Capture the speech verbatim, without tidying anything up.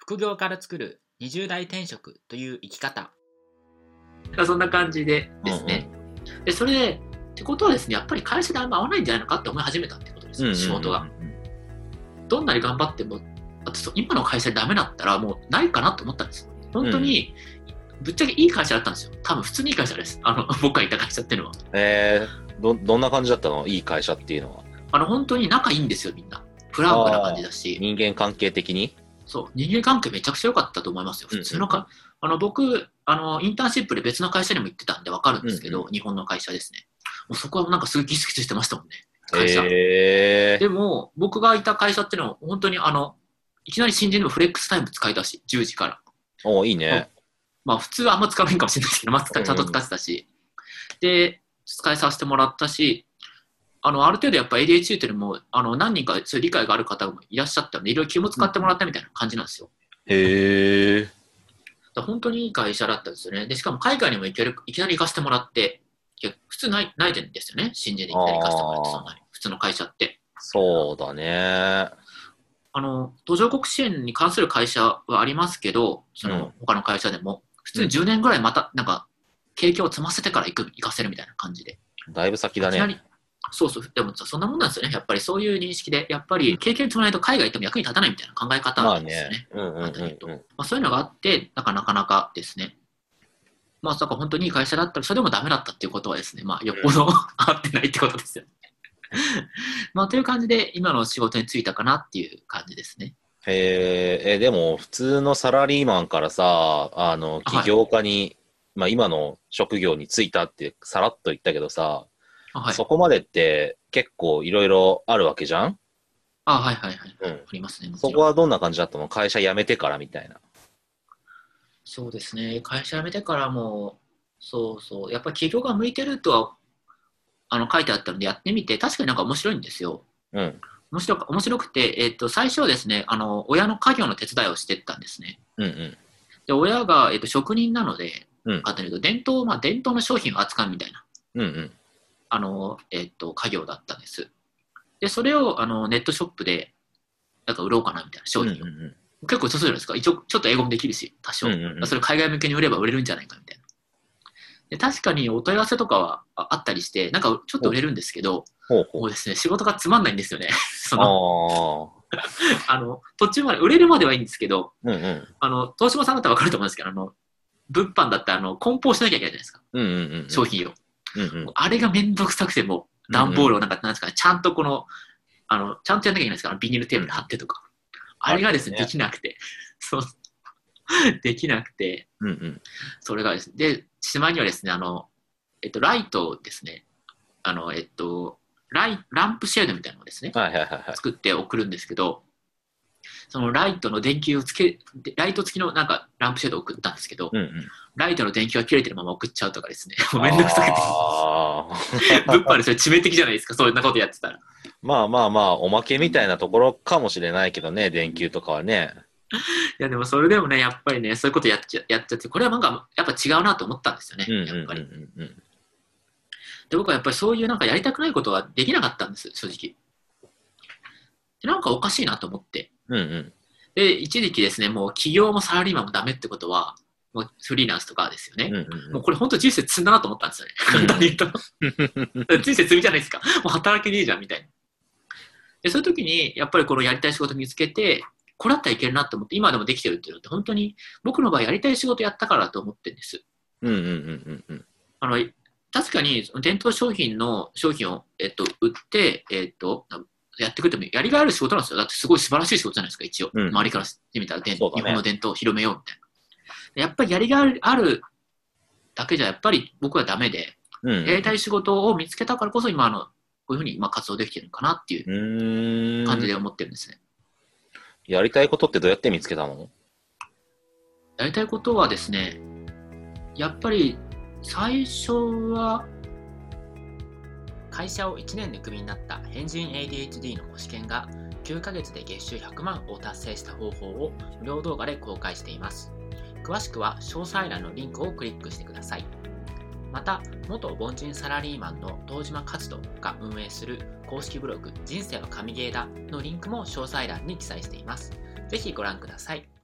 副業から作るにじゅう代転職という生き方。 そんな感じでですね、うんうん、でそれでってことはですね、やっぱり会社であんま合わないんじゃないのかって思い始めたってことですよ、うんうんうんうん、仕事がどんなに頑張っても今の会社でダメだったらもうないかなと思ったんですよ。本当に、うん、ぶっちゃけいい会社だったんですよ。多分普通にいい会社です、あの僕がいた会社っていうのは。 えー、ど, どんな感じだったの？いい会社っていうのは。 あの本当に仲いいんですよ、みんな。フランクな感じだし。 人間関係的に？ そう、人間関係めちゃくちゃ良かったと思いますよ。普通のか、うんうん、あの僕あのインターンシップで別の会社にも行ってたんで分かるんですけど、うんうん、日本の会社ですね。もうそこはなんかすごいギスギスしてましたもんね、会社。 えー、 でも僕がいた会社っていうのは本当にあのいきなり新人でもフレックスタイム使えたし、じゅうじから。 お、いいね。 まあ普通はあんま使わないかもしれないですけど、まあ、ちゃんと使ってたし、うん、で使いさせてもらったし、あのある程度やっぱ エーディーエイチディー っていうのもあの何人かそういう理解がある方もいらっしゃったので、いろいろ気も使ってもらったみたいな感じなんですよ。 へえ。 本当にいい会社だったんですよね。でしかも海外にも行ける、いきなり行かせてもらって、普通ないないんですよね、新人でいきなり行かせてもらって、そんなに普通の会社って。 そうだね。 あの途上国支援に関する会社はありますけど、その他の会社でも、うん、普通にじゅうねんぐらいまたなんか経験を積ませてから行く行かせるみたいな感じで。 だいぶ先だね。 そうそう、でもそんなもんなんですよね。やっぱりそういう認識で、やっぱり経験積まないと海外行っても役に立たないみたいな考え方なんですよね。まあそういうのがあって、なかなかなかですね。まあだから本当にいい会社だったら、それでもダメだったっていうことはですね、まあよっぽど合ってないってことですよね。まあという感じで今の仕事に就いたかなっていう感じですね。 へえ、でも普通のサラリーマンからさ、あの起業家に、はい、まあ今の職業に就いたってさらっと言ったけどさ、はい、そこまでって結構いろいろあるわけじゃん？ あ、はいはいはい。 うん、 ありますね。 そこはどんな感じだったの？会社辞めてからみたいな。 そうですね。会社辞めてからも、そうそう。やっぱり起業が向いてるとはあの書いてあったのでやってみて、確かになんか面白いんですよ。 うん。 面白く、面白くて、えっと、最初はですね、あの、親の家業の手伝いをしてったんですね。 うんうん。 で、親が、えっと、職人なので、 うん、 かというと伝統、まあ、伝統の商品を扱うみたいな。 うんうん。 あの、えっと、家業だったんです。で、それをあのネットショップでなんか売ろうかなみたいな商品を。うんうんうん、結構そうじゃないですか。一応ちょっと英語もできるし、多少。うんうんうん、それ海外向けに売れば売れるんじゃないかみたいな。で、確かにお問い合わせとかはあったりして、なんかちょっと売れるんですけど、 ほうほう、 もうですね、仕事がつまんないんですよね。そのあの途中まで売れるまではいいんですけど、 うんうん、 あの東芝さんだったら分かると思うんですけど、あの物販だったらあの梱包しなきゃいけないじゃないですか、 うんうんうんうん、 商品を。うんうん、あれがめんどくさくても段ボールをなんか、なんですかね、ちゃんとこの、あの、ちゃんとやんなきゃいけないですから、ビニールテープで貼ってとか。あれがですね、できなくて。そう。できなくて、 うんうん、 それがですね、で、しまいにはですね、あの、えっと、ライトをですね、あの、えっと、ライランプシェードみたいなのをですね、 はいはいはいはい、 作って送るんですけど、そのライトの電球をつけ、ライト付きのなんかランプシェードを送ったんですけど、 うんうん、 ライトの電球が切れてるまま送っちゃうとかですね、もうめんどくさくて。物販でそれ致命的じゃないですか、そういうなことやってたら。 まあまあまあ、おまけみたいなところかもしれないけどね、電球とかはね。 いやでもそれでもね、やっぱりね、そういうことやっちゃ、やっちゃって、これはなんかやっぱ違うなと思ったんですよね、うんうんうんうん、やっぱり。で、僕はやっぱりそういうなんかやりたくないことができなかったんです、正直。で、なんかおかしいなと思って。 うんうん、 で、一時期ですね、もう企業もサラリーマンもダメってことは、もうフリーランスとかですよね。うんうんうん、もうこれ本当人生積んだなと思ったんですよね。簡単に言うと。人生積みじゃないですか。もう働けねえじゃんみたいな。で、そういう時に、やっぱりこのやりたい仕事見つけて、これだったらいけるなと思って、今でもできてるっていうのって、本当に僕の場合やりたい仕事やったからと思ってるんです。 うんうんうんうん、 あの確かに伝統商品の商品を、えっと、売って、えっと、やってくれてもやりがいある仕事なんですよ。だってすごい素晴らしい仕事じゃないですか、一応。うん、周りからしてみたら、ね、日本の伝統を広めようみたいな。やっぱりやりがいあるだけじゃやっぱり僕はダメで、うん、やりたい仕事を見つけたからこそ今のこういうふうに今活動できてるのかなっていう感じで思ってるんですね。 やりたいことってどうやって見つけたの？ やりたいことはですね、やっぱり最初は会社をいちねんでクビになった変人 エーディーエイチディー の模試験がきゅうかげつで月収ひゃくまんを達成した方法を無料動画で公開しています。詳しくは詳細欄のリンクをクリックしてください。また、元凡人サラリーマンの東島勝人が運営する公式ブログ人生は神ゲーだのリンクも詳細欄に記載しています。ぜひご覧ください。